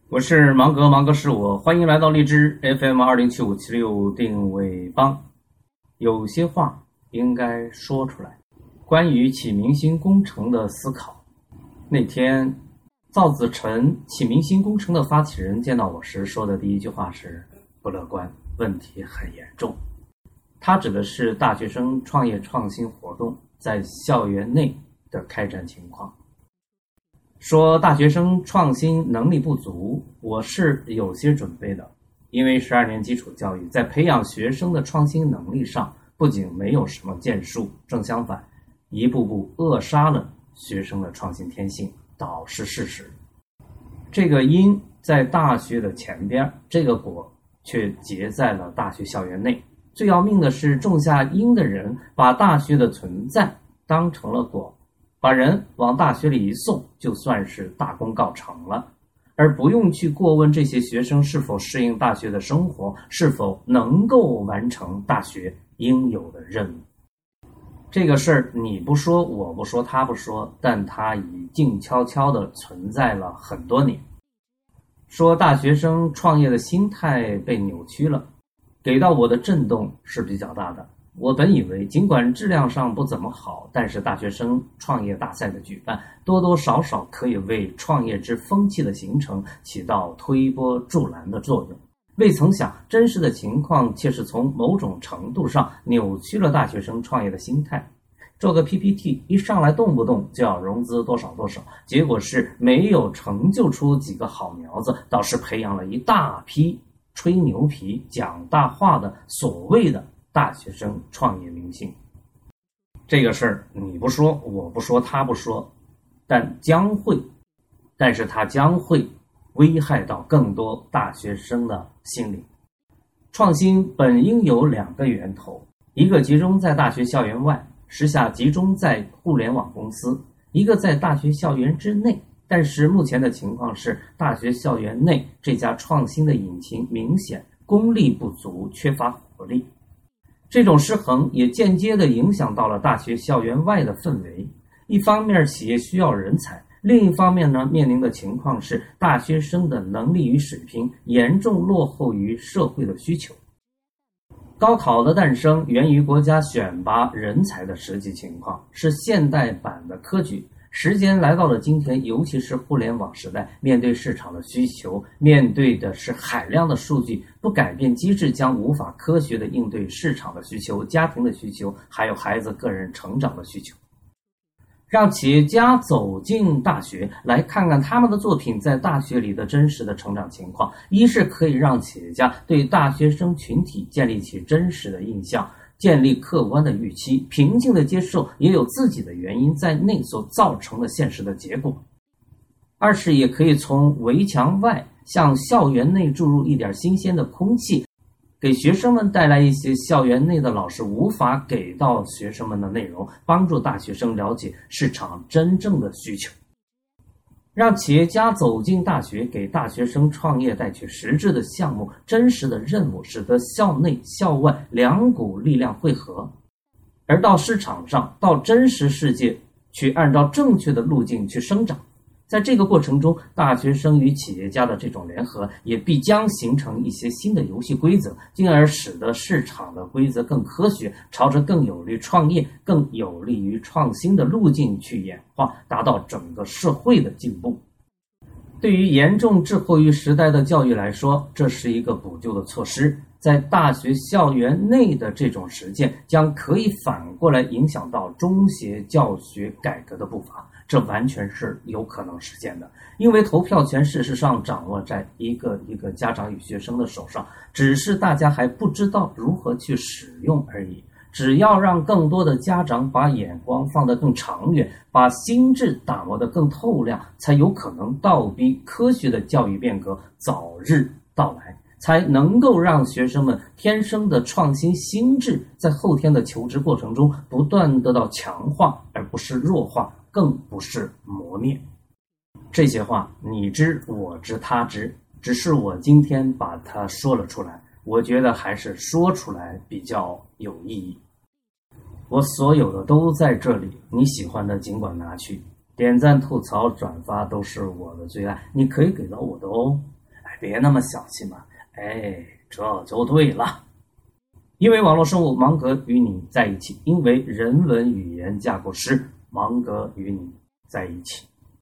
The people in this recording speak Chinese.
我是芒格，芒格是我，欢迎来到荔枝 FM207576定位帮。有些话应该说出来，关于启明星工程的思考。那天，赵子晨，启明星工程的发起人见到我时说的第一句话是：不乐观，问题很严重。他指的是大学生创业创新活动在校园内的开展情况。说大学生创新能力不足，我是有些准备的，因为12年基础教育在培养学生的创新能力上不仅没有什么建树，正相反，一步步扼杀了学生的创新天性，倒是事实。这个因在大学的前边，这个果却结在了大学校园内。最要命的是，种下因的人把大学的存在当成了果，把人往大学里一送，就算是大功告成了，而不用去过问这些学生是否适应大学的生活，是否能够完成大学应有的任务。这个事儿你不说，我不说，他不说，但他已静悄悄地存在了很多年。说大学生创业的心态被扭曲了，给到我的震动是比较大的。我本以为尽管质量上不怎么好，但是大学生创业大赛的举办多多少少可以为创业之风气的形成起到推波助澜的作用。未曾想真实的情况却是从某种程度上扭曲了大学生创业的心态。做个 PPT 一上来动不动就要融资多少多少，结果是没有成就出几个好苗子，倒是培养了一大批吹牛皮讲大话的所谓的大学生创业明星。这个事儿你不说，我不说，他不说，但是它将会危害到更多大学生的心理。创新本应有两个源头，一个集中在大学校园外，时下集中在互联网公司；一个在大学校园之内。但是目前的情况是，大学校园内这家创新的引擎明显功力不足，缺乏活力。这种失衡也间接地影响到了大学校园外的氛围。一方面企业需要人才，另一方面呢，面临的情况是大学生的能力与水平严重落后于社会的需求。高考的诞生源于国家选拔人才的实际情况，是现代版的科举。时间来到了今天，尤其是互联网时代，面对市场的需求，面对的是海量的数据，不改变机制将无法科学地应对市场的需求、家庭的需求，还有孩子个人成长的需求。让企业家走进大学，来看看他们的作品在大学里的真实的成长情况，一是可以让企业家对大学生群体建立起真实的印象，建立客观的预期，平静地接受也有自己的原因在内所造成的现实的结果。二是也可以从围墙外向校园内注入一点新鲜的空气，给学生们带来一些校园内的老师无法给到学生们的内容，帮助大学生了解市场真正的需求。让企业家走进大学，给大学生创业带去实质的项目、真实的任务，使得校内校外两股力量汇合，而到市场上，到真实世界去按照正确的路径去生长。在这个过程中，大学生与企业家的这种联合也必将形成一些新的游戏规则，进而使得市场的规则更科学，朝着更有利创业、更有利于创新的路径去演化，达到整个社会的进步。对于严重滞后于时代的教育来说，这是一个补救的措施。在大学校园内的这种实践将可以反过来影响到中学教学改革的步伐，这完全是有可能实现的。因为投票权事实上掌握在一个家长与学生的手上，只是大家还不知道如何去使用而已。只要让更多的家长把眼光放得更长远，把心智打磨得更透亮，才有可能倒逼科学的教育变革早日到来，才能够让学生们天生的创新心智在后天的求职过程中不断得到强化，而不是弱化，更不是磨灭。这些话你知我知他知，只是我今天把它说了出来，我觉得还是说出来比较有意义。我所有的都在这里，你喜欢的尽管拿去，点赞、吐槽、转发都是我的最爱，你可以给到我的哦。 别那么小气嘛。哎，这就对了。因为网络生物芒格与你在一起，因为人文语言架构师芒格与你在一起。